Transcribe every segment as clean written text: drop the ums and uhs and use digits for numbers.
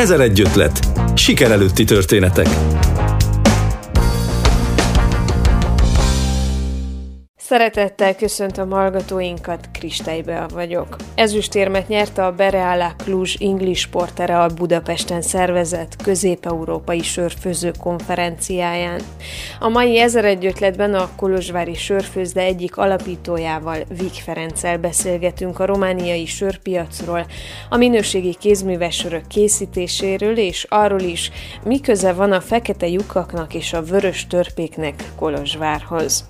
1001 ötlet. Siker előtti történetek. Szeretettel köszöntöm hallgatóinkat, Kristály Bea vagyok. Ezüstérmet nyerte a Bereala Cluj English Porterral Budapesten szervezett közép-európai sörfőző konferenciáján. A mai 1001 ötletben a kolozsvári sörfőzde egyik alapítójával, Vik Ferenccel beszélgetünk a romániai sörpiacról, a minőségi kézműves sörök készítéséről és arról is, mi köze van a fekete lyukaknak és a vörös törpéknek Kolozsvárhoz.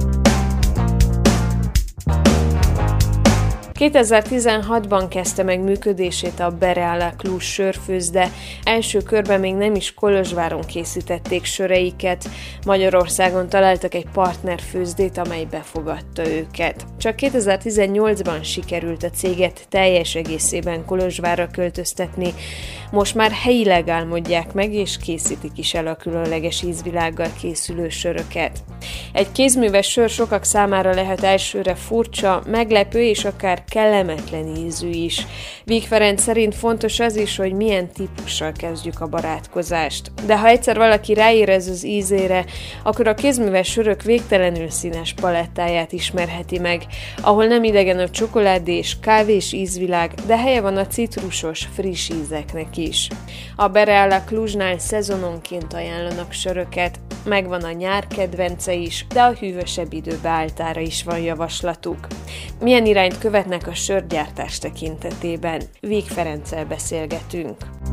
2016-ban kezdte meg működését a Bereala Cluj sörfőzde. Első körben még nem is Kolozsváron készítették söreiket, Magyarországon találtak egy partnerfőzdét, amely befogadta őket. Csak 2018-ban sikerült a céget teljes egészében Kolozsvárra költöztetni, most már helyileg álmodják meg és készítik is el a különleges ízvilággal készülő söröket. Egy kézműves sör sokak számára lehet elsőre furcsa, meglepő és akár kellemetlen ízű is. Vik Ferenc szerint fontos az is, hogy milyen típussal kezdjük a barátkozást. De ha egyszer valaki ráérez az ízére, akkor a kézműves sörök végtelenül színes palettáját ismerheti meg, ahol nem idegen a csokoládés, kávés ízvilág, de helye van a citrusos, friss ízeknek is. A Bereala Clujnál szezononként ajánlanak söröket, megvan a nyár kedvence is, de a hűvösebb időbeálltára is van javaslatuk. Milyen irányt követnek a sörgyártás tekintetében? Vik Ferenccel beszélgetünk.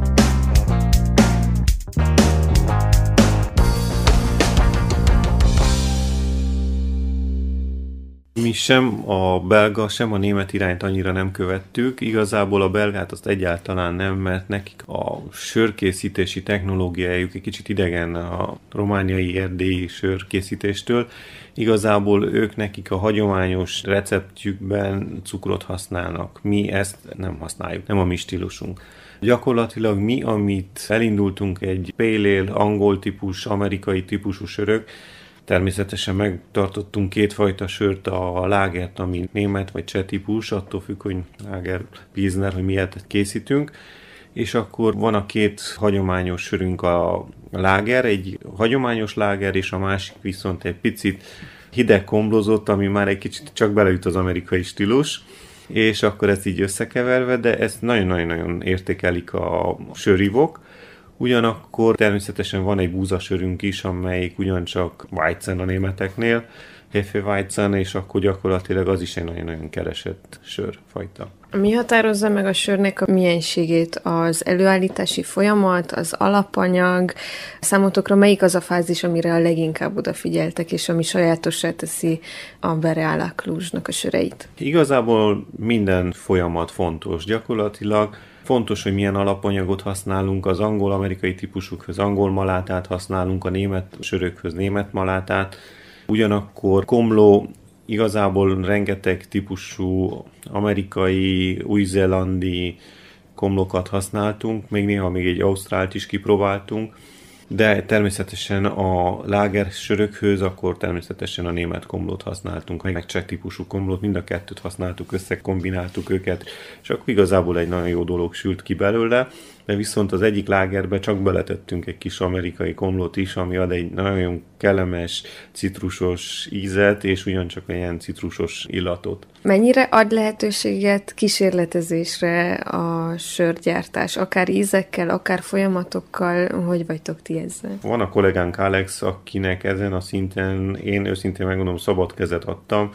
Mi sem a belga, sem a német irányt annyira nem követtük. Igazából a belgát azt egyáltalán nem, mert nekik a sörkészítési technológiájuk egy kicsit idegen a romániai erdélyi sörkészítéstől. Igazából nekik a hagyományos receptjükben cukrot használnak. Mi ezt nem használjuk, nem a mi stílusunk. Gyakorlatilag mi, amit elindultunk egy pale ale, angol típus, amerikai típusú sörök, természetesen megtartottunk kétfajta sört, a lágert, ami német vagy cseh típus, attól függ, hogy láger, pilsner, hogy miért készítünk, és akkor van a két hagyományos sörünk, a láger, egy hagyományos láger, és a másik viszont egy picit hideg komblózott, ami már egy kicsit csak beleüt az amerikai stílus, és akkor ez így összekeverve, de ezt nagyon-nagyon értékelik a sörívók. Ugyanakkor természetesen van egy búzasörünk is, amelyik ugyancsak Weizen a németeknél, Hefeweizen, és akkor gyakorlatilag az is egy nagyon-nagyon keresett sörfajta. Mi határozza meg a sörnek a mienségét? Az előállítási folyamat, az alapanyag? Számotokra melyik az a fázis, amire a leginkább odafigyeltek, és ami sajátossá teszi a Bereala Clujnak a söreit? Igazából minden folyamat fontos. Gyakorlatilag fontos, hogy milyen alapanyagot használunk, az angol-amerikai típusukhoz angol malátát használunk, a német sörökhöz német malátát. Ugyanakkor komló, igazából rengeteg típusú amerikai, új-zélandi komlókat használtunk, még néha még egy ausztrált is kipróbáltunk, de természetesen a láger sörökhöz akkor természetesen a német komlót használtunk, meg cseh típusú komlót, mind a kettőt használtuk, összekombináltuk őket, és akkor igazából egy nagyon jó dolog sült ki belőle, de viszont az egyik lágerbe csak beletettünk egy kis amerikai komlót is, ami ad egy nagyon kellemes, citrusos ízet, és ugyancsak egy ilyen citrusos illatot. Mennyire ad lehetőséget kísérletezésre a sörgyártás, akár ízekkel, akár folyamatokkal? Hogy vagytok ti ezzel? Van a kollégánk Alex, akinek ezen a szinten én őszintén megmondom, szabad kezet adtam,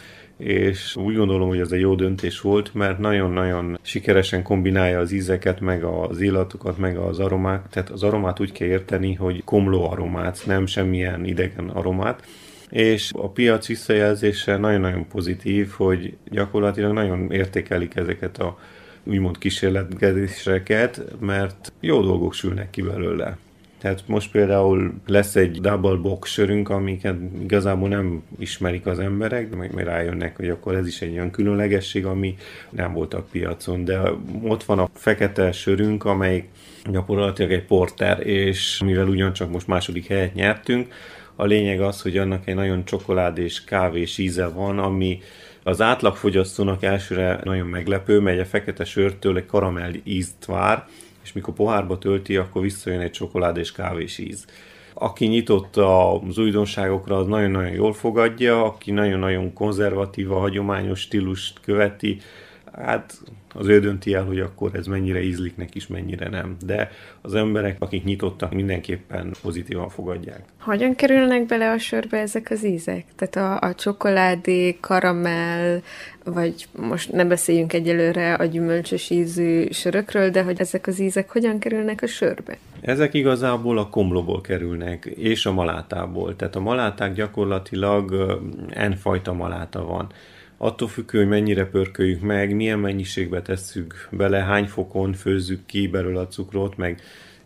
és úgy gondolom, hogy ez egy jó döntés volt, mert nagyon-nagyon sikeresen kombinálja az ízeket, meg az illatokat, meg az aromák. Tehát az aromát úgy kell érteni, hogy komló aromát, nem semmilyen idegen aromát. És a piac visszajelzése nagyon-nagyon pozitív, hogy gyakorlatilag nagyon értékelik ezeket a úgymond kísérletezéseket, mert jó dolgok sülnek ki belőle. Tehát most például lesz egy double box sörünk, amiket igazából nem ismerik az emberek, de meg rájönnek, hogy akkor ez is egy olyan különlegesség, ami nem volt a piacon. De ott van a fekete sörünk, amely gyakorlatilag egy porter, és mivel ugyancsak most második helyet nyertünk, a lényeg az, hogy annak egy nagyon csokoládés, kávés íze van, ami az átlagfogyasztónak elsőre nagyon meglepő, mert a fekete sörtől egy karamell ízt vár, és és mikor pohárba tölti, akkor visszajön egy csokolád és kávés íz. Aki nyitott az újdonságokra, az nagyon-nagyon jól fogadja, aki nagyon-nagyon konzervatív, a hagyományos stílust követi, hát az ő dönti el, hogy akkor ez mennyire ízlik neki is, mennyire nem. De az emberek, akik nyitottak, mindenképpen pozitívan fogadják. Hogyan kerülnek bele a sörbe ezek az ízek? Tehát a csokoládé, karamell, vagy most ne beszéljünk egyelőre a gyümölcsös ízű sörökről, de hogy ezek az ízek hogyan kerülnek a sörbe? Ezek igazából a komlóból kerülnek, és a malátából. Tehát a maláták gyakorlatilag n-fajta maláta van. Attól függő, hogy mennyire pörköljük meg, milyen mennyiségbe tesszük bele, hány fokon főzzük ki belőle a cukrot, meg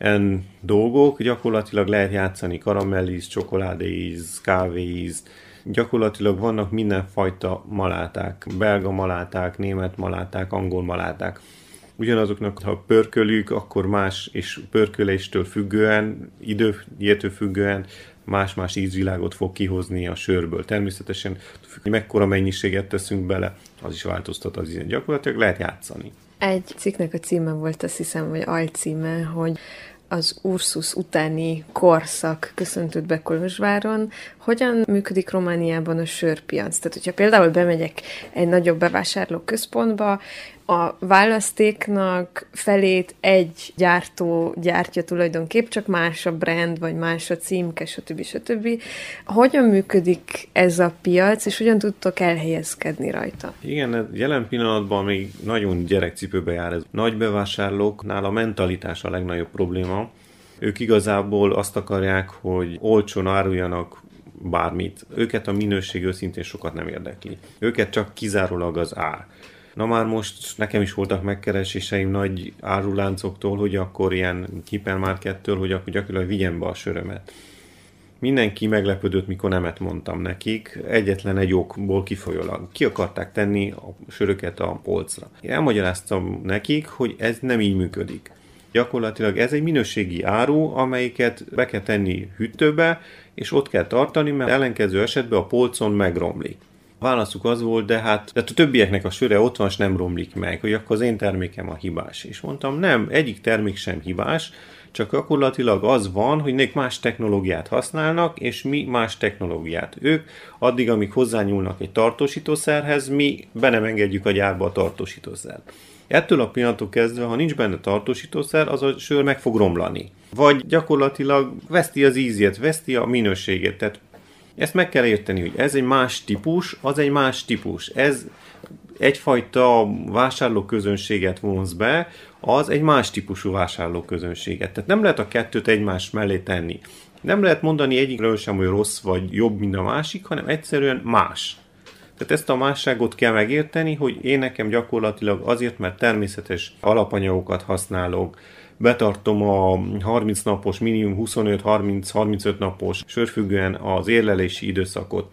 dolgok, gyakorlatilag lehet játszani karamellíz, csokoládéíz, kávéíz, gyakorlatilag vannak mindenfajta maláták, belga maláták, német maláták, angol maláták. Ugyanazoknak, ha pörköljük, akkor más, és pörköléstől függően, időjétől függően más-más ízvilágot fog kihozni a sörből. Természetesen, hogy mekkora mennyiséget teszünk bele, az is változtat az ízen. Gyakorlatilag lehet játszani. Egy cikknek a címe volt, azt hiszem, vagy alcíme, hogy az Ursus utáni korszak köszöntött be Kolozsváron. Hogyan működik Romániában a sörpiac? Tehát, hogyha például bemegyek egy nagyobb bevásárlóközpontba, a választéknak felét egy gyártó gyártja tulajdonképp, csak más a brand, vagy más a címke, stb. Hogyan működik ez a piac, és hogyan tudtok elhelyezkedni rajta? Igen, jelen pillanatban még nagyon gyerekcipőbe jár ez. Nagy bevásárlóknál a mentalitás a legnagyobb probléma. Ők igazából azt akarják, hogy olcsón áruljanak bármit. Őket a minőség őszintén sokat nem érdekli. Őket csak kizárólag az ár. Na már most nekem is voltak megkereséseim nagy áruláncoktól, hogy akkor ilyen hipermarkettől, hogy akkor gyakorlatilag vigyem be a sörömet. Mindenki meglepődött, mikor nemet mondtam nekik, egyetlen egy okból kifolyólag. Ki akarták tenni a söröket a polcra. Én elmagyaráztam nekik, hogy ez nem így működik. Gyakorlatilag ez egy minőségi áru, amelyiket be kell tenni hűtőbe, és ott kell tartani, mert ellenkező esetben a polcon megromlik. A válaszuk az volt, de hát a többieknek a söre ott van, és nem romlik meg, hogy akkor az én termékem a hibás. És mondtam, nem, egyik termék sem hibás, csak gyakorlatilag az van, hogy ők más technológiát használnak, és mi más technológiát. Ők addig, amíg hozzányúlnak egy tartósítószerhez, mi be nem engedjük a gyárba a tartósítószert. Ettől a pillanattól kezdve, ha nincs benne tartósítószer, az a sör meg fog romlani. Vagy gyakorlatilag veszti az ízét, veszti a minőségét. Tehát ezt meg kell érteni, hogy ez egy más típus, az egy más típus. Ez egyfajta vásárlóközönséget vonz be, az egy más típusú vásárlóközönséget. Tehát nem lehet a kettőt egymás mellé tenni. Nem lehet mondani egyikről sem, hogy rossz vagy jobb, mint a másik, hanem egyszerűen más. Tehát ezt a másságot kell megérteni, hogy én nekem gyakorlatilag azért, mert természetes alapanyagokat használok, betartom a 30 napos, minimum 25-30-35 napos sörfüggően az érlelési időszakot.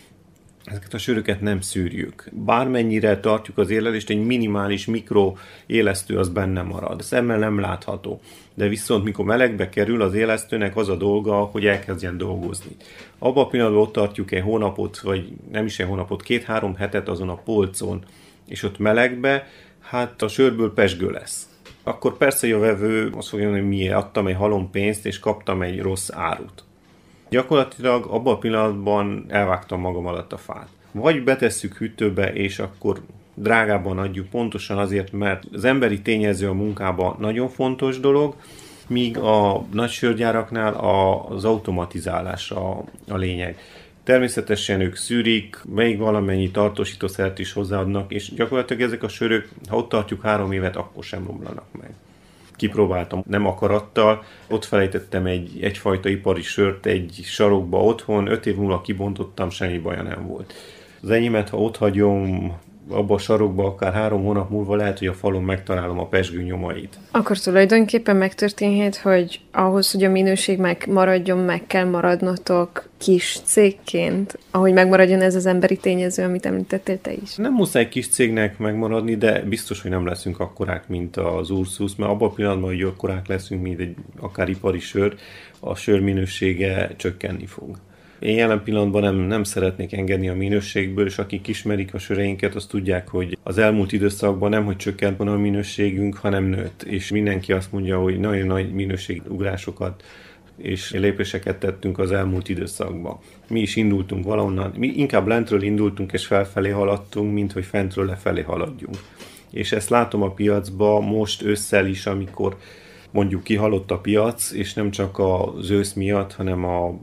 Ezeket a söröket nem szűrjük. Bármennyire tartjuk az érlelést, egy minimális mikroélesztő az benne marad. Szemmel nem látható. De viszont mikor melegbe kerül, az élesztőnek az a dolga, hogy elkezdjen dolgozni. Abban a pillanatban ott tartjuk egy hónapot, vagy nem is egy hónapot, 2-3 hetet azon a polcon, és ott melegbe, hát a sörből pezsgő lesz. Akkor persze a vevő azt fogja mondani, hogy miért adtam egy halom pénzt, és kaptam egy rossz árut. Gyakorlatilag abban a pillanatban elvágtam magam alatt a fát. Vagy betesszük hűtőbe, és akkor drágában adjuk, pontosan azért, mert az emberi tényező a munkában nagyon fontos dolog, míg a nagy sörgyáraknál az automatizálás a lényeg. Természetesen ők szűrik, még valamennyi tartósítószert is hozzáadnak, és gyakorlatilag ezek a sörök, ha ott tartjuk 3 évet, akkor sem romlanak meg. Kipróbáltam, nem akarattal, ott felejtettem egyfajta ipari sört egy sarokba otthon, 5 év múlva kibontottam, semmi baja nem volt. Az enyémet, ha ott hagyom abba a sarokba, akár 3 hónap múlva lehet, hogy a falon megtalálom a pezsgő nyomait. Akkor tulajdonképpen megtörténhet, hogy ahhoz, hogy a minőség megmaradjon, meg kell maradnotok kis cégként, ahogy megmaradjon ez az emberi tényező, amit említettél te is. Nem muszáj kis cégnek megmaradni, de biztos, hogy nem leszünk akkorák, mint az Ursus, mert abban a pillanatban, hogy akkorák leszünk, mint egy akár ipari sör, a sör minősége csökkenni fog. Én jelen pillanatban nem szeretnék engedni a minőségből, és akik ismerik a söreinket, azt tudják, hogy az elmúlt időszakban nem, hogy csökkent volna a minőségünk, hanem nőtt. És mindenki azt mondja, hogy nagyon nagy minőségugrásokat és lépéseket tettünk az elmúlt időszakban. Mi is indultunk valahonnan, mi inkább lentről indultunk és felfelé haladtunk, mint hogy fentről lefelé haladjunk. És ezt látom a piacban most ősszel is, amikor mondjuk kihalott a piac, és nem csak az ősz miatt, hanem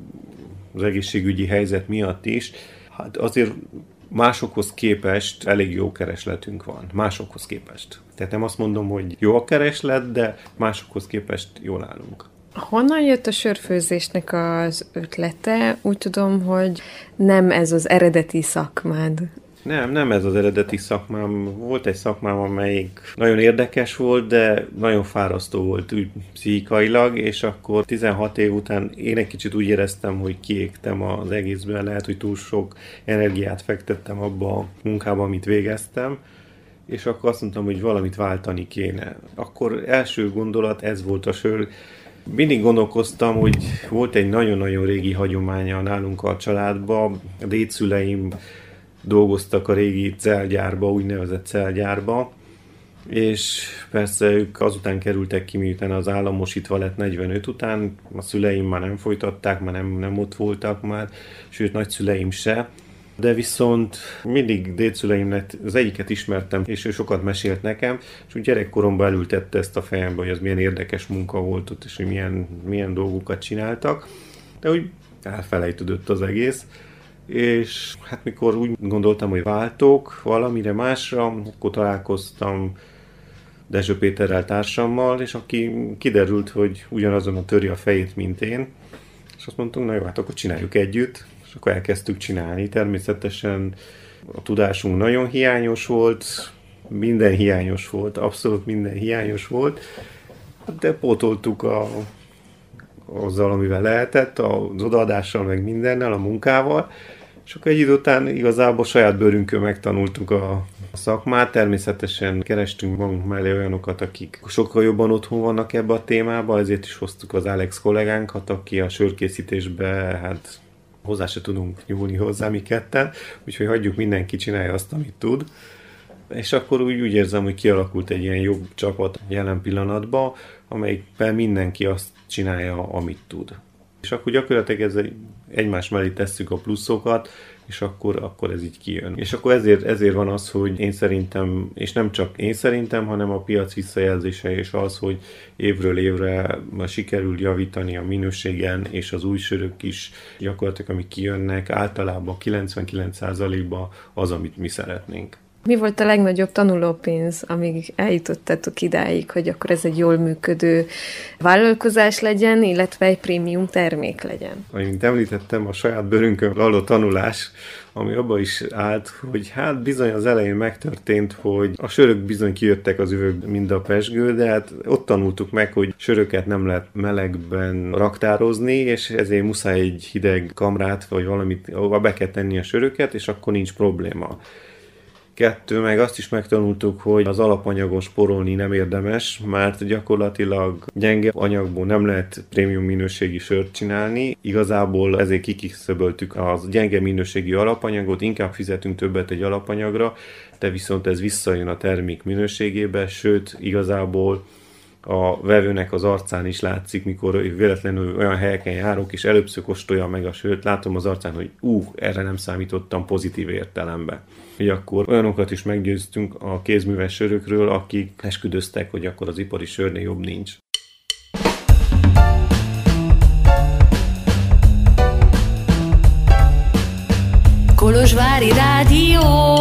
az egészségügyi helyzet miatt is. Hát azért másokhoz képest elég jó keresletünk van. Másokhoz képest. Tehát nem azt mondom, hogy jó a kereslet, de másokhoz képest jól állunk. Honnan jött a sörfőzésnek az ötlete? Úgy tudom, hogy nem ez az eredeti szakmád. Nem ez az eredeti szakmám. Volt egy szakmám, amelyik nagyon érdekes volt, de nagyon fárasztó volt úgy pszichikailag, és akkor 16 év után én egy kicsit úgy éreztem, hogy kiégtem az egészben, lehet, hogy túl sok energiát fektettem abba a munkába, amit végeztem, és akkor azt mondtam, hogy valamit váltani kéne. Akkor első gondolat ez volt a sör. Mindig gondolkoztam, hogy volt egy nagyon-nagyon régi hagyománya nálunk a családban. A dédszüleim dolgoztak a régi celgyárba, úgynevezett celgyárba, és persze ők azután kerültek ki, miután az államosítva lett 45 után, a szüleim már nem folytatták, már nem ott voltak már, sőt nagyszüleim se, de viszont mindig dédszüleimnek az egyiket ismertem, és ő sokat mesélt nekem, és úgy gyerekkoromban elültette ezt a fejembe, hogy az milyen érdekes munka volt ott, és hogy milyen dolgokat csináltak, de úgy elfelejtődött az egész. És hát mikor úgy gondoltam, hogy váltok valamire másra, akkor találkoztam Dezső Péterrel, társammal, és aki kiderült, hogy ugyanazon a töri a fejét, mint én, és azt mondtunk, na jó, hát akkor csináljuk együtt, és akkor elkezdtük csinálni. Természetesen a tudásunk nagyon hiányos volt, minden hiányos volt, abszolút minden hiányos volt, de pótoltuk azzal, amivel lehetett, az odaadással, meg mindennel, a munkával, és akkor egy idő után igazából saját bőrünkön megtanultuk a szakmát, természetesen kerestünk magunk mellé olyanokat, akik sokkal jobban otthon vannak ebbe a témába, ezért is hoztuk az Alex kollégánkat, aki a sörkészítésbe, hát hozzá se tudunk nyúlni hozzá mi ketten, úgyhogy hagyjuk, mindenki csinálja azt, amit tud. És akkor úgy érzem, hogy kialakult egy ilyen jobb csapat jelen pillanatban, amelyikben mindenki azt csinálja, amit tud. És akkor gyakorlatilag egymás mellé tesszük a pluszokat, és akkor ez így kijön. És akkor ezért van az, hogy én szerintem, és nem csak én szerintem, hanem a piac visszajelzése is az, hogy évről évre sikerül javítani a minőségen, és az új sörök is gyakorlatilag, amik kijönnek, általában 99%-ban az, amit mi szeretnénk. Mi volt a legnagyobb tanulópénz, amíg eljutottatok idáig, hogy akkor ez egy jól működő vállalkozás legyen, illetve egy prémium termék legyen? Amint említettem, a saját bőrünkön való tanulás, ami abba is állt, hogy hát bizony az elején megtörtént, hogy a sörök bizony kijöttek az üveg, mind a pezsgő, de hát ott tanultuk meg, hogy söröket nem lehet melegben raktározni, és ezért muszáj egy hideg kamrát, vagy valamit, ahova be kell tenni a söröket, és akkor nincs probléma. 2, meg azt is megtanultuk, hogy az alapanyagon spórolni nem érdemes, mert gyakorlatilag gyenge anyagból nem lehet prémium minőségi sört csinálni. Igazából ezért kiküszöböltük az gyenge minőségi alapanyagot, inkább fizetünk többet egy alapanyagra, de viszont ez visszajön a termék minőségébe, sőt igazából a vevőnek az arcán is látszik, mikor véletlenül olyan helyeken járok, és előbbször kóstolja meg a sört, látom az arcán, hogy erre nem számítottam pozitív értelemben. Hogy akkor olyanokat is meggyőztünk a kézműves sörökről, akik esküdöztek, hogy akkor az ipari sörnél jobb nincs. Kolozsvári Rádió.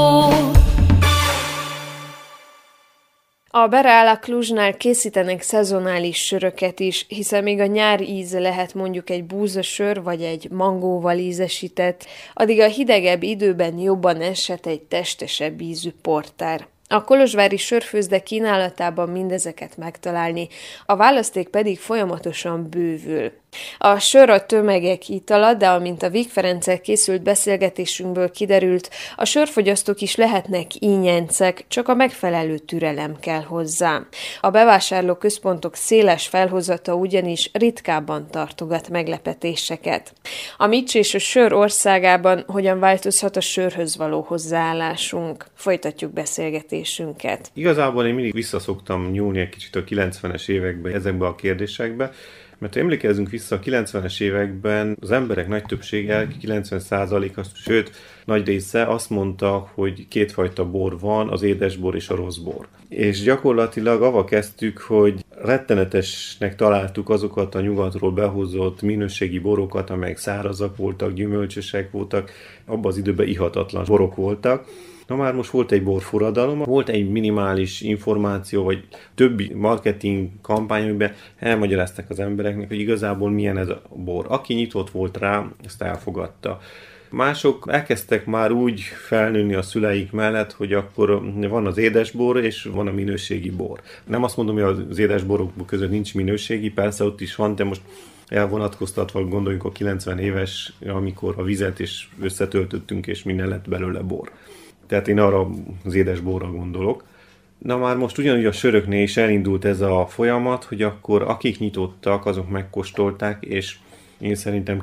A Bereala Clujnál készítenek szezonális söröket is, hiszen még a nyár íze lehet mondjuk egy búzasör vagy egy mangóval ízesített, addig a hidegebb időben jobban eshet egy testesebb ízű portár. A kolozsvári sörfőzde kínálatában mindezeket megtalálni, a választék pedig folyamatosan bővül. A sör a tömegek itala, de amint a Víg Ferenccel készült beszélgetésünkből kiderült, a sörfogyasztók is lehetnek ínyencek, csak a megfelelő türelem kell hozzá. A bevásárlóközpontok széles felhozata ugyanis ritkábban tartogat meglepetéseket. A mics és a sör országában hogyan változhat a sörhöz való hozzáállásunk? Folytatjuk beszélgetésünket. Igazából én mindig visszaszoktam nyúlni egy kicsit a 90-es évekbe ezekbe a kérdésekbe, mert ha emlékezzünk vissza, a 90-es években az emberek nagy többsége, 90%-a, sőt, nagy része azt mondta, hogy kétfajta bor van, az édesbor és a rossz bor. És gyakorlatilag avval kezdtük, hogy rettenetesnek találtuk azokat a nyugatról behozott minőségi borokat, amelyek szárazak voltak, gyümölcsösek voltak, abban az időben ihatatlan borok voltak. Na már most volt egy borforradalom, volt egy minimális információ, vagy többi marketing kampány, amiben elmagyarázták az embereknek, hogy igazából milyen ez a bor. Aki nyitott volt rá, ezt elfogadta. Mások elkezdtek már úgy felnőni a szüleik mellett, hogy akkor van az édesbor, és van a minőségi bor. Nem azt mondom, hogy az édesborok között nincs minőségi, persze ott is van, de most elvonatkoztatva gondoljunk a 90 éves, amikor a vizet is összetöltöttünk, és minden lett belőle bor. Tehát én arra az édesborra gondolok. Na már most ugyanúgy a söröknél is elindult ez a folyamat, hogy akkor akik nyitottak, azok megkóstolták, és én szerintem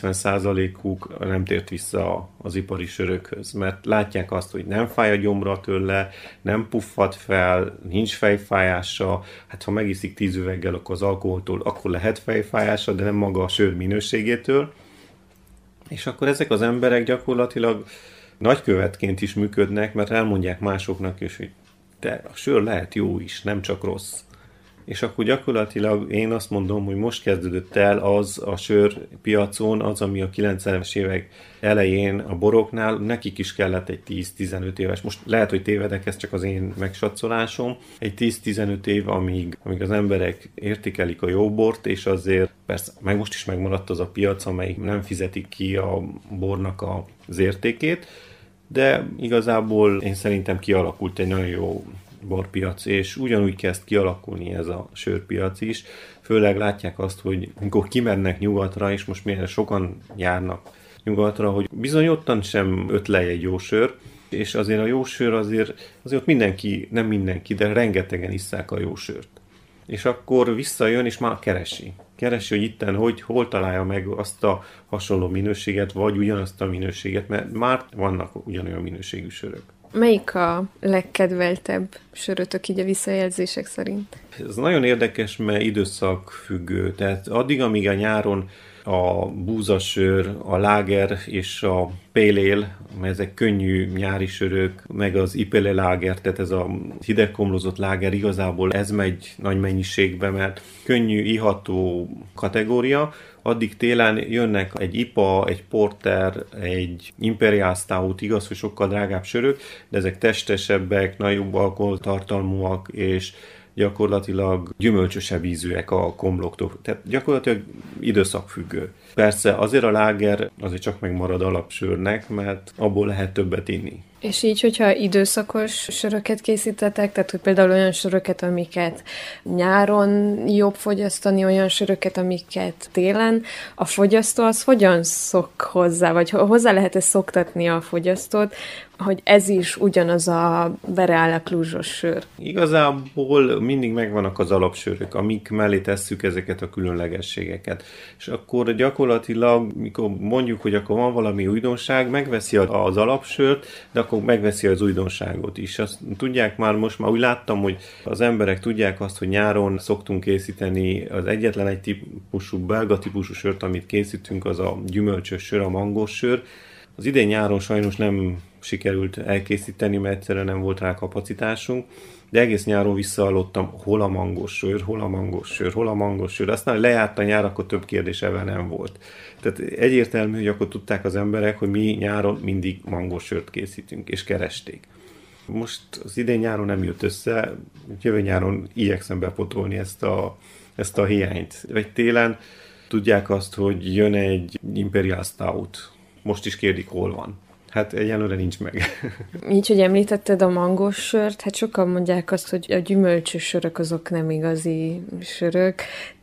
90%-uk nem tért vissza az ipari sörökhöz, mert látják azt, hogy nem fáj a gyomra tőle, nem puffad fel, nincs fejfájása, hát ha megiszik 10 üveggel akkor az alkoholtól, akkor lehet fejfájása, de nem maga a sör minőségétől. És akkor ezek az emberek gyakorlatilag nagykövetként is működnek, mert elmondják másoknak is, hogy de a sör lehet jó is, nem csak rossz. És akkor gyakorlatilag én azt mondom, hogy most kezdődött el az a sörpiacon, az, ami a 90-es évek elején a boroknál, nekik is kellett egy 10-15 éves, most lehet, hogy tévedek, ez csak az én megsatszоlásom, egy 10-15 év, amíg az emberek értékelik a jó bort, és azért persze meg most is megmaradt az a piac, amelyik nem fizetik ki a bornak az értékét, de igazából én szerintem kialakult egy nagyon jó borpiac, és ugyanúgy kezd kialakulni ez a sörpiac is. Főleg látják azt, hogy amikor kimennek nyugatra, és most milyen sokan járnak nyugatra, hogy bizony ottan sem ötlej egy jó sör, és azért a jó sör azért ott mindenki, nem mindenki, de rengetegen isszák a jó sört. És akkor visszajön, és már keresi, hogy itten, hol találja meg azt a hasonló minőséget, vagy ugyanazt a minőséget, mert már vannak ugyanolyan minőségű sörök. Melyik a legkedveltebb sörötök így a visszajelzések szerint? Ez nagyon érdekes, mert időszakfüggő. Tehát addig, amíg a nyáron a búzasör, a láger és a pale ale, ezek könnyű nyári sörök, meg az IPA láger, tehát ez a hidegkomlózott láger, igazából ez megy nagy mennyiségbe, mert könnyű, iható kategória. Addig télen jönnek egy IPA, egy Porter, egy Imperial Stout, igaz, hogy sokkal drágább sörök, de ezek testesebbek, nagyobb alkoholtartalmúak, és gyakorlatilag gyümölcsösebb ízűek a komloktól. Tehát gyakorlatilag időszakfüggő. Persze azért a láger azért csak megmarad alapsörnek, mert abból lehet többet inni. És így, hogyha időszakos söröket készítetek, tehát hogy például olyan söröket, amiket nyáron jobb fogyasztani, olyan söröket, amiket télen, a fogyasztó az hogyan szok hozzá, vagy hozzá lehet-e szoktatni a fogyasztót, hogy ez is ugyanaz a Bereale Cluj-os sör? Igazából mindig megvannak az alapsörök, amik mellé tesszük ezeket a különlegességeket. És akkor gyakorlatilag, mikor mondjuk, hogy akkor van valami újdonság, megveszi az alapsört, de akkor megveszi az újdonságot is. Azt tudják most már úgy láttam, hogy az emberek tudják azt, hogy nyáron szoktunk készíteni az egyetlen egy típusú, belga típusú sört, amit készítünk, az a gyümölcsös sör, a mangós sör. Az idén nyáron sajnos nem sikerült elkészíteni, mert egyszerűen nem volt rá kapacitásunk, de egész nyáron visszahallottam, hol a mangós sör, hol a mangós sör, hol a mangós sör. Aztán lejárt a nyár, akkor több kérdés ebben nem volt. Tehát egyértelmű, hogy akkor tudták az emberek, hogy mi nyáron mindig mangós sört készítünk, és keresték. Most az idén nyáron nem jött össze, jövő nyáron igyekszem bepotolni ezt a hiányt. Vagy télen tudják azt, hogy jön egy Imperial Stout. Most is kérdik, hol van. Hát egyelőre nincs meg. Így, hogy említetted a mangós sört, hát sokan mondják azt, hogy a gyümölcsös sörök azok nem igazi sörök.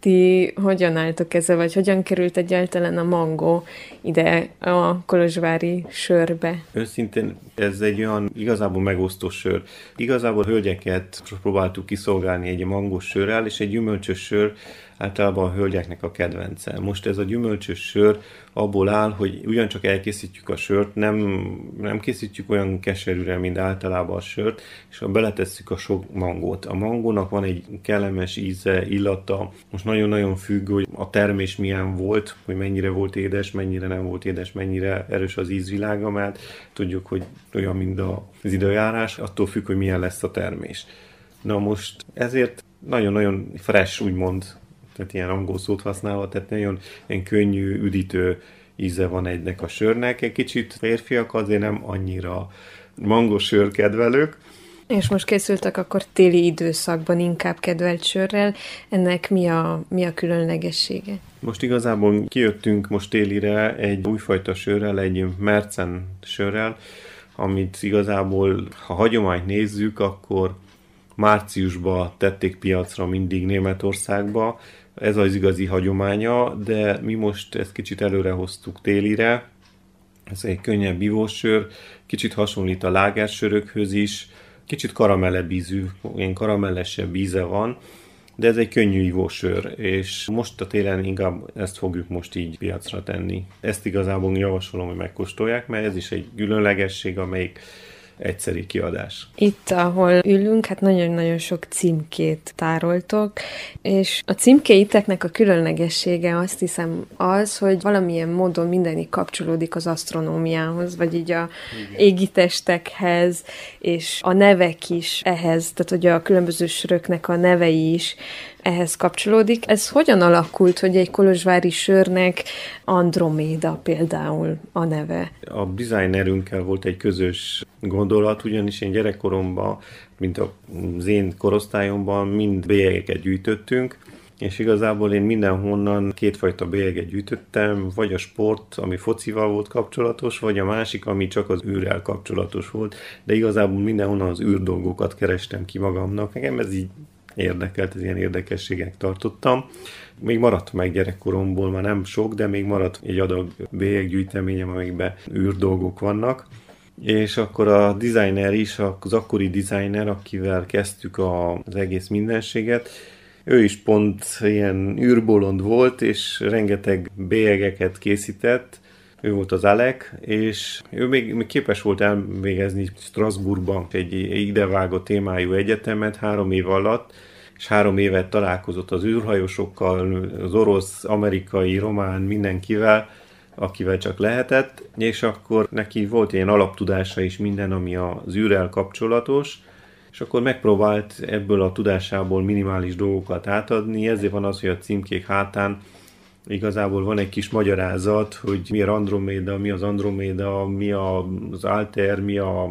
Ti hogyan álltok ezzel, vagy hogyan került egyáltalán a mangó ide a kolozsvári sörbe? Őszintén ez egy olyan igazából megosztó sör. Igazából hölgyeket próbáltuk kiszolgálni egy mangós sörrel, és egy gyümölcsös sör általában a hölgyeknek a kedvence. Most ez a gyümölcsös sör abból áll, hogy ugyancsak elkészítjük a sört, nem készítjük olyan keserűre, mint általában a sört, és beletesszük a sok mangót. A mangónak van egy kellemes íze, illata. Most nagyon-nagyon függ, hogy a termés milyen volt, hogy mennyire volt édes, mennyire nem volt édes, mennyire erős az ízvilága, mert tudjuk, hogy olyan, mint az időjárás, attól függ, hogy milyen lesz a termés. Na most ezért nagyon-nagyon fresh, úgymond, tehát ilyen angol szót használva, tehát nagyon ilyen könnyű, üdítő íze van egynek a sörnek. Egy kicsit férfiak azért nem annyira mangós sörkedvelők. És most készültek akkor téli időszakban inkább kedvelt sörrel. Ennek mi a különlegessége? Most igazából kijöttünk most télire egy újfajta sörrel, egy Märzen sörrel, amit igazából, ha hagyományt nézzük, akkor márciusban tették piacra mindig Németországba. Ez az igazi hagyománya, de mi most ezt kicsit előre hoztuk télire. Ez egy könnyebb ivósör, kicsit hasonlít a lágersörökhöz is, kicsit karamellebb ízű, ilyen karamellesebb íze van, de ez egy könnyű ivósör, és most a télen inkább ezt fogjuk most így piacra tenni. Ezt igazából javasolom, hogy megkóstolják, mert ez is egy különlegesség, amelyik egyszeri kiadás. Itt, ahol ülünk, hát nagyon-nagyon sok címkét tároltok, és a címkéiteknek a különlegessége azt hiszem az, hogy valamilyen módon mindenik kapcsolódik az asztronómiához, vagy így a égitestekhez, és a nevek is ehhez, tehát hogy a különböző söröknek a nevei is ehhez kapcsolódik. Ez hogyan alakult, hogy egy kolozsvári sörnek Androméda például a neve? A designerünkkel volt egy közös gondolat, ugyanis én gyerekkoromban, mint az én korosztályomban mind bélyegeket gyűjtöttünk, és igazából én mindenhonnan kétfajta bélyeget gyűjtöttem, vagy a sport, ami focival volt kapcsolatos, vagy a másik, ami csak az űrrel kapcsolatos volt, de igazából mindenhonnan az űrdolgokat kerestem ki magamnak. Nekem ez így érdekelt, ez ilyen érdekességek tartottam. Még maradt meg gyerekkoromból, már nem sok, de még maradt egy adag bélyeggyűjteményem, amikben űrdolgok vannak. És akkor a designer is, az akkori designer, akivel kezdtük az egész mindenséget, ő is pont ilyen űrbolond volt, és rengeteg bélyegeket készített. Ő volt az Alec, és ő még képes volt elvégezni Strasbourgban egy idevágó témájú egyetemet 3 év alatt, és 3 évet találkozott az űrhajósokkal, az orosz, amerikai, román, mindenkivel, akivel csak lehetett, és akkor neki volt ilyen alaptudása is minden, ami az űrrel kapcsolatos, és akkor megpróbált ebből a tudásából minimális dolgokat átadni, ezért van az, hogy a címkék hátán igazából van egy kis magyarázat, hogy mi a Androméda, mi az Alter, mi a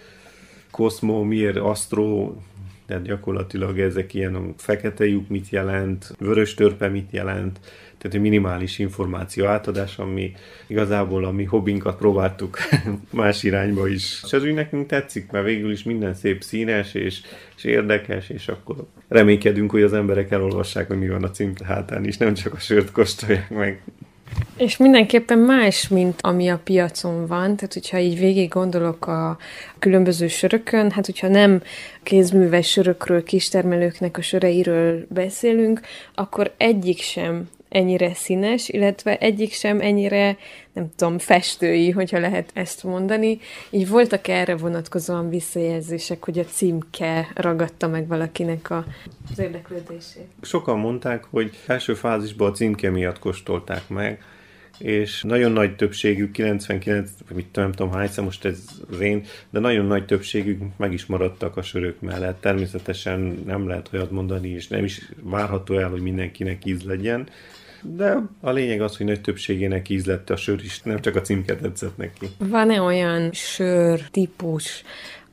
Cosmo, miért Astro, tehát gyakorlatilag ezek ilyen a fekete lyuk mit jelent, vörös törpe mit jelent, tehát egy minimális információ átadás, ami igazából a mi hobbinkat próbáltuk más irányba is. És ez úgy nekünk tetszik, mert végül is minden szép színes és érdekes, és akkor reménykedünk, hogy az emberek elolvassák, hogy mi van a cím hátán is, nem csak a sört kóstolják meg. És mindenképpen más, mint ami a piacon van, tehát hogyha így végig gondolok a különböző sörökön, hát hogyha nem kézműves sörökről, kistermelőknek a söreiről beszélünk, akkor egyik sem ennyire színes, illetve egyik sem ennyire, nem tudom, festői, hogyha lehet ezt mondani. Így voltak erre vonatkozóan visszajelzések, hogy a címke ragadta meg valakinek az érdeklődését? Sokan mondták, hogy első fázisban a címke miatt kóstolták meg, és nagyon nagy többségük, 99, nem tudom hányszor most ez az én, de nagyon nagy többségük meg is maradtak a sörök mellett. Természetesen nem lehet olyat mondani, és nem is várható el, hogy mindenkinek íz legyen, de a lényeg az, hogy nagy többségének íz lett a sör is, nem csak a címke tetszett neki. Van-e olyan sör típus,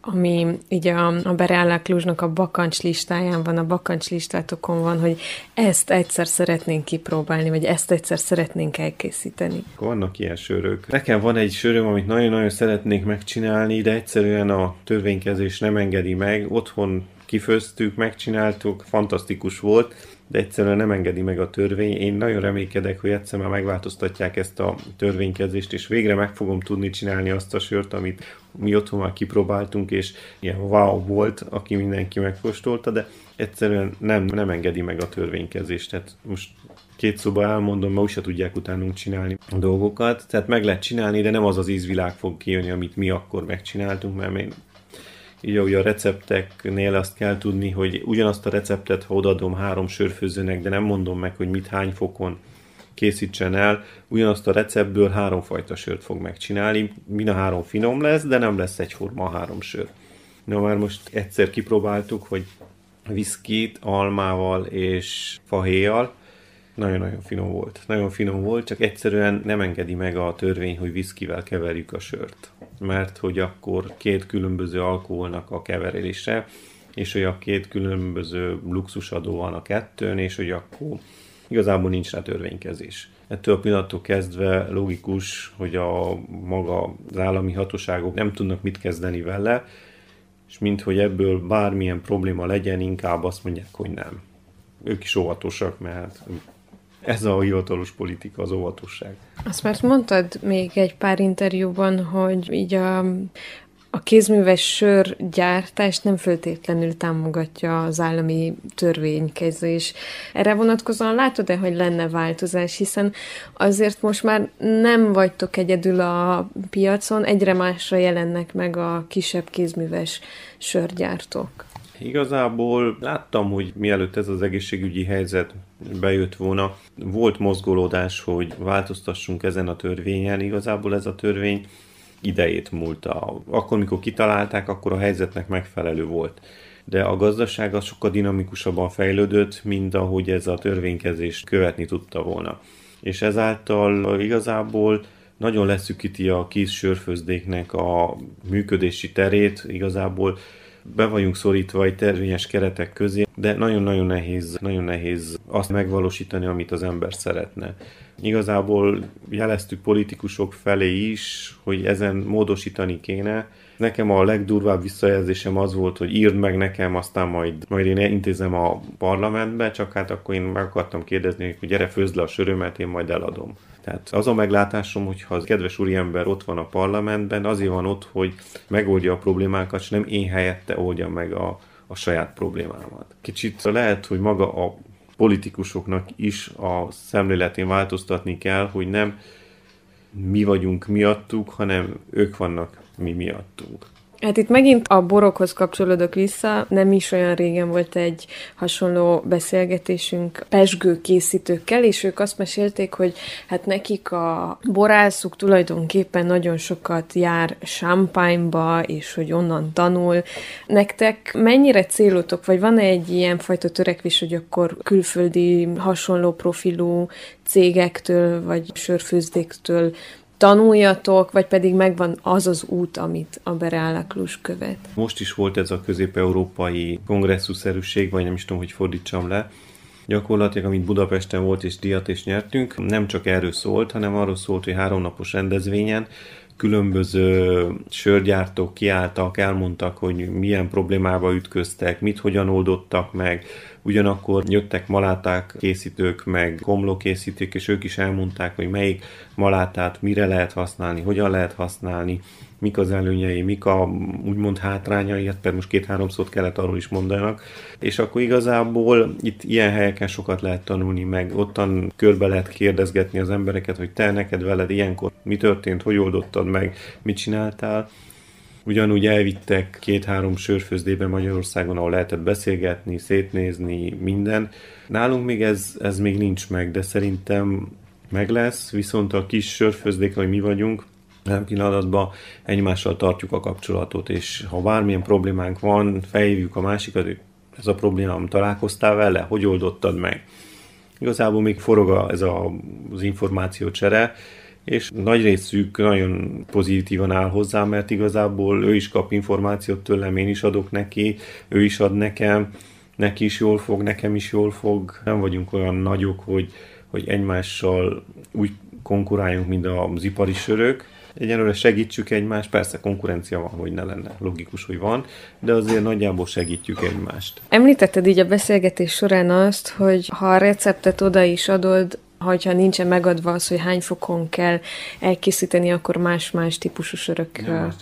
ami így a Bereállá Clujnak a bakancs listáján van, a bakancs listátokon van, hogy ezt egyszer szeretnénk kipróbálni, vagy ezt egyszer szeretnénk elkészíteni. Vannak ilyen sörök. Nekem van egy söröm, amit nagyon-nagyon szeretnék megcsinálni, de egyszerűen a törvénykezés nem engedi meg. Otthon kifőztük, megcsináltuk, fantasztikus volt, de egyszerűen nem engedi meg a törvény. Én nagyon reménykedek, hogy egyszer már megváltoztatják ezt a törvénykezést, és végre meg fogom tudni csinálni azt a sört, amit mi otthon már kipróbáltunk, és ilyen wow volt, aki mindenki megkóstolta, de egyszerűen nem engedi meg a törvénykezést. Tehát most két szóba elmondom, mert úgyse tudják utánunk csinálni a dolgokat. Tehát meg lehet csinálni, de nem az az ízvilág fog kijönni, amit mi akkor megcsináltunk, mert én így ahogy a recepteknél azt kell tudni, hogy ugyanazt a receptet, ha odaadom 3 sörfőzőnek, de nem mondom meg, hogy mit hány fokon készítsen el, ugyanazt a receptből 3 fajta sört fog megcsinálni. Mind a 3 finom lesz, de nem lesz egyforma a 3 sör. Na már most egyszer kipróbáltuk, hogy viszkit, almával és fahéjjal. Nagyon-nagyon finom volt. Nagyon finom volt, csak egyszerűen nem engedi meg a törvény, hogy viszkivel keverjük a sört. Mert hogy akkor 2 különböző alkoholnak a keverése, és hogy a 2 különböző luxusadó van a kettőn, és hogy akkor igazából nincs rá törvénykezés. Ettől a pillanattól kezdve logikus, hogy az állami hatóságok nem tudnak mit kezdeni vele, és minthogy ebből bármilyen probléma legyen, inkább azt mondják, hogy nem. Ők is óvatosak, mert ez a hivatalos politika, az óvatosság. Azt már mondtad még egy pár interjúban, hogy így a kézműves sörgyártást nem feltétlenül támogatja az állami törvénykezés. Erre vonatkozóan látod-e, hogy lenne változás, hiszen azért most már nem vagytok egyedül a piacon, egyre másra jelennek meg a kisebb kézműves sörgyártók. Igazából láttam, hogy mielőtt ez az egészségügyi helyzet bejött volna, volt mozgolódás, hogy változtassunk ezen a törvényen. Igazából ez a törvény idejét múlta. Akkor, mikor kitalálták, akkor a helyzetnek megfelelő volt. De a gazdaság az sokkal dinamikusabban fejlődött, mint ahogy ez a törvénykezés követni tudta volna. És ezáltal igazából nagyon leszűkíti a kis sörfőzdéknek a működési terét, igazából be vagyunk szorítva egy törvényes keretek közé, de nagyon-nagyon nehéz azt megvalósítani, amit az ember szeretne. Igazából jeleztük politikusok felé is, hogy ezen módosítani kéne. Nekem a legdurvább visszajelzésem az volt, hogy írd meg nekem, aztán majd én intézem a parlamentbe, csak hát akkor én meg akartam kérdezni, hogy gyere, főzd le a sörömet, én majd eladom. Tehát az a meglátásom, hogy ha az kedves úriember ott van a parlamentben, azért van ott, hogy megoldja a problémákat, és nem én helyette oldja meg a saját problémámat. Kicsit lehet, hogy maga a politikusoknak is a szemléletén változtatni kell, hogy nem mi vagyunk miattuk, hanem ők vannak mi miattunk. Hát itt megint a borokhoz kapcsolódok vissza, nem is olyan régen volt egy hasonló beszélgetésünk pezsgő készítőkkel, és ők azt mesélték, hogy hát nekik a borászuk tulajdonképpen nagyon sokat jár Champagne-ba, és hogy onnan tanul. Nektek mennyire célotok, vagy van-e egy ilyen fajta törekvés, hogy akkor külföldi hasonló profilú cégektől, vagy sörfőzdéktől tanuljatok, vagy pedig megvan az az út, amit a Bereállá Cluj követ? Most is volt ez a közép-európai kongresszuszerűség, vagy nem is tudom, hogy fordítsam le. Gyakorlatilag, amit Budapesten volt és díjat is nyertünk, nem csak erről szólt, hanem arról szólt, hogy 3 napos rendezvényen különböző sörgyártók kiálltak, elmondtak, hogy milyen problémába ütköztek, mit hogyan oldottak meg. Ugyanakkor jöttek maláták készítők, meg komlókészítők, és ők is elmondták, hogy melyik malátát mire lehet használni, hogyan lehet használni, mik az előnyei, mik a úgymond hátrányai, hát például most 2-3 szót kellett arról is mondanak. És akkor igazából itt ilyen helyeken sokat lehet tanulni, meg ottan körbe lehet kérdezgetni az embereket, hogy te neked veled ilyenkor mi történt, hogy oldottad meg, mit csináltál. Ugyanúgy elvittek 2-3 sörfőzdébe Magyarországon, ahol lehetett beszélgetni, szétnézni, minden. Nálunk még ez még nincs meg, de szerintem meg lesz, viszont a kis sörfőzdék, hogy mi vagyunk, nem pillanatban egymással tartjuk a kapcsolatot, és ha bármilyen problémánk van, felhívjuk a másikat, hogy ez a problémám, találkoztál vele, hogy oldottad meg. Igazából még forog ez az információcsere, és nagy részük nagyon pozitívan áll hozzá, mert igazából ő is kap információt tőlem, én is adok neki, ő is ad nekem, neki is jól fog, nekem is jól fog. Nem vagyunk olyan nagyok, hogy egymással úgy konkuráljunk, mint az ipari sörök. Egyelőre segítsük egymást, persze konkurencia van, hogy ne lenne, logikus, hogy van, de azért nagyjából segítjük egymást. Említetted így a beszélgetés során azt, hogy ha a receptet oda is adod, hogyha nincsen megadva az, hogy hány fokon kell elkészíteni, akkor más-más típusú sörök,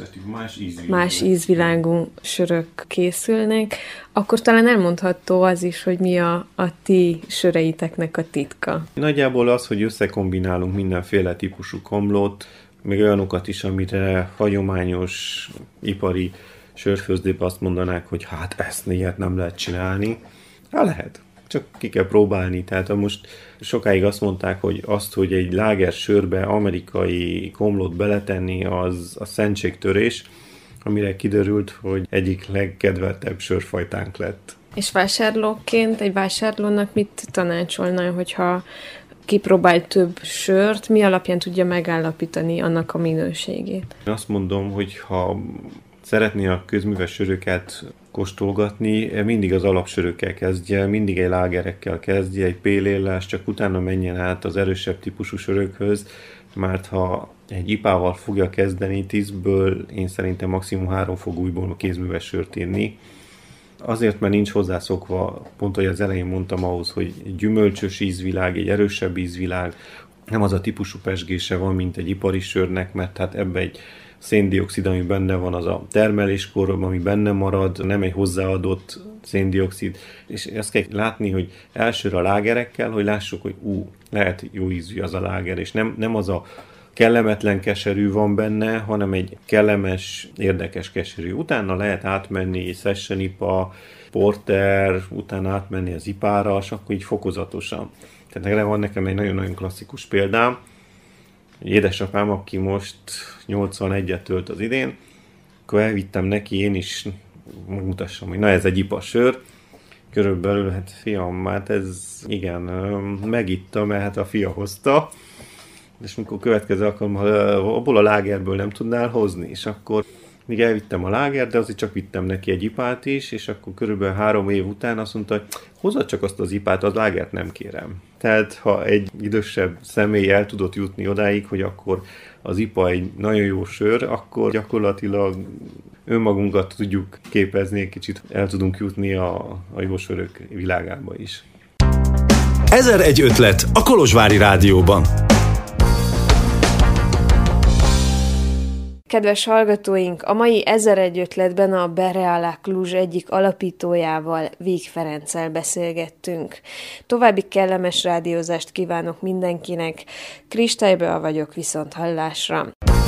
más ízvilágú sörök készülnek, akkor talán elmondható az is, hogy mi a ti söreiteknek a titka. Nagyjából az, hogy összekombinálunk mindenféle típusú komlót, még olyanokat is, amire hagyományos ipari sörfőzdében azt mondanák, hogy hát ezt ilyet nem lehet csinálni. Hát lehet. Csak ki kell próbálni. Tehát most sokáig azt mondták, hogy egy láger sörbe amerikai komlót beletenni, az a szentségtörés, amire kiderült, hogy egyik legkedveltebb sörfajtánk lett. És vásárlóként egy vásárlónak mit tanácsolna, hogyha kipróbál több sört, mi alapján tudja megállapítani annak a minőségét? Én azt mondom, hogy ha szeretné a közműves söröket kóstolgatni, mindig az alapsörökkel kezdje, mindig egy lágerekkel kezdje, egy péléllel, csak utána menjen át az erősebb típusú sörökhöz, mert ha egy ipával fogja kezdeni, 10-ből én szerintem maximum 3 fog újból a kézműves sört inni. Azért, mert nincs hozzászokva, pont ahogy az elején mondtam ahhoz, hogy egy gyümölcsös ízvilág, egy erősebb ízvilág, nem az a típusú pezsgése van, mint egy ipari sörnek, mert hát ebbe egy széndioxid, ami benne van, az a termeléskor, ami benne marad, nem egy hozzáadott széndioxid. És ezt kell látni, hogy elsőre a lágerekkel, hogy lássuk, hogy lehet jó ízű az a láger, és nem az a kellemetlen keserű van benne, hanem egy kellemes, érdekes keserű. Utána lehet átmenni Session IPA, Porter, utána átmenni az ipára, és akkor így fokozatosan. Tehát van nekem egy nagyon-nagyon klasszikus példám. Édesapám, aki most 81-et tölt az idén, akkor elvittem neki, én is megmutassam, hogy na ez egy IPA sör. Körülbelül, hát fiam, hát ez igen, megittam, mert hát a fia hozta, és amikor következő alkalommal abból a lágerből nem tudnál hozni, és akkor még elvittem a láger, de azért csak vittem neki egy ipát is, és akkor körülbelül 3 év után azt mondta, hogy hozzad csak azt az ipát, az lágert nem kérem. Tehát ha egy idősebb személy el tudott jutni odáig, hogy akkor az ipa egy nagyon jó sör, akkor gyakorlatilag önmagunkat tudjuk képezni, egy kicsit el tudunk jutni a jó sörök világába is. 1001 ötlet a Kolozsvári Rádióban. Kedves hallgatóink, a mai 1001 ötletben a Bereala Cluj egyik alapítójával, Víg Ferenccel beszélgettünk. További kellemes rádiózást kívánok mindenkinek, Kristálybea vagyok, viszont hallásra.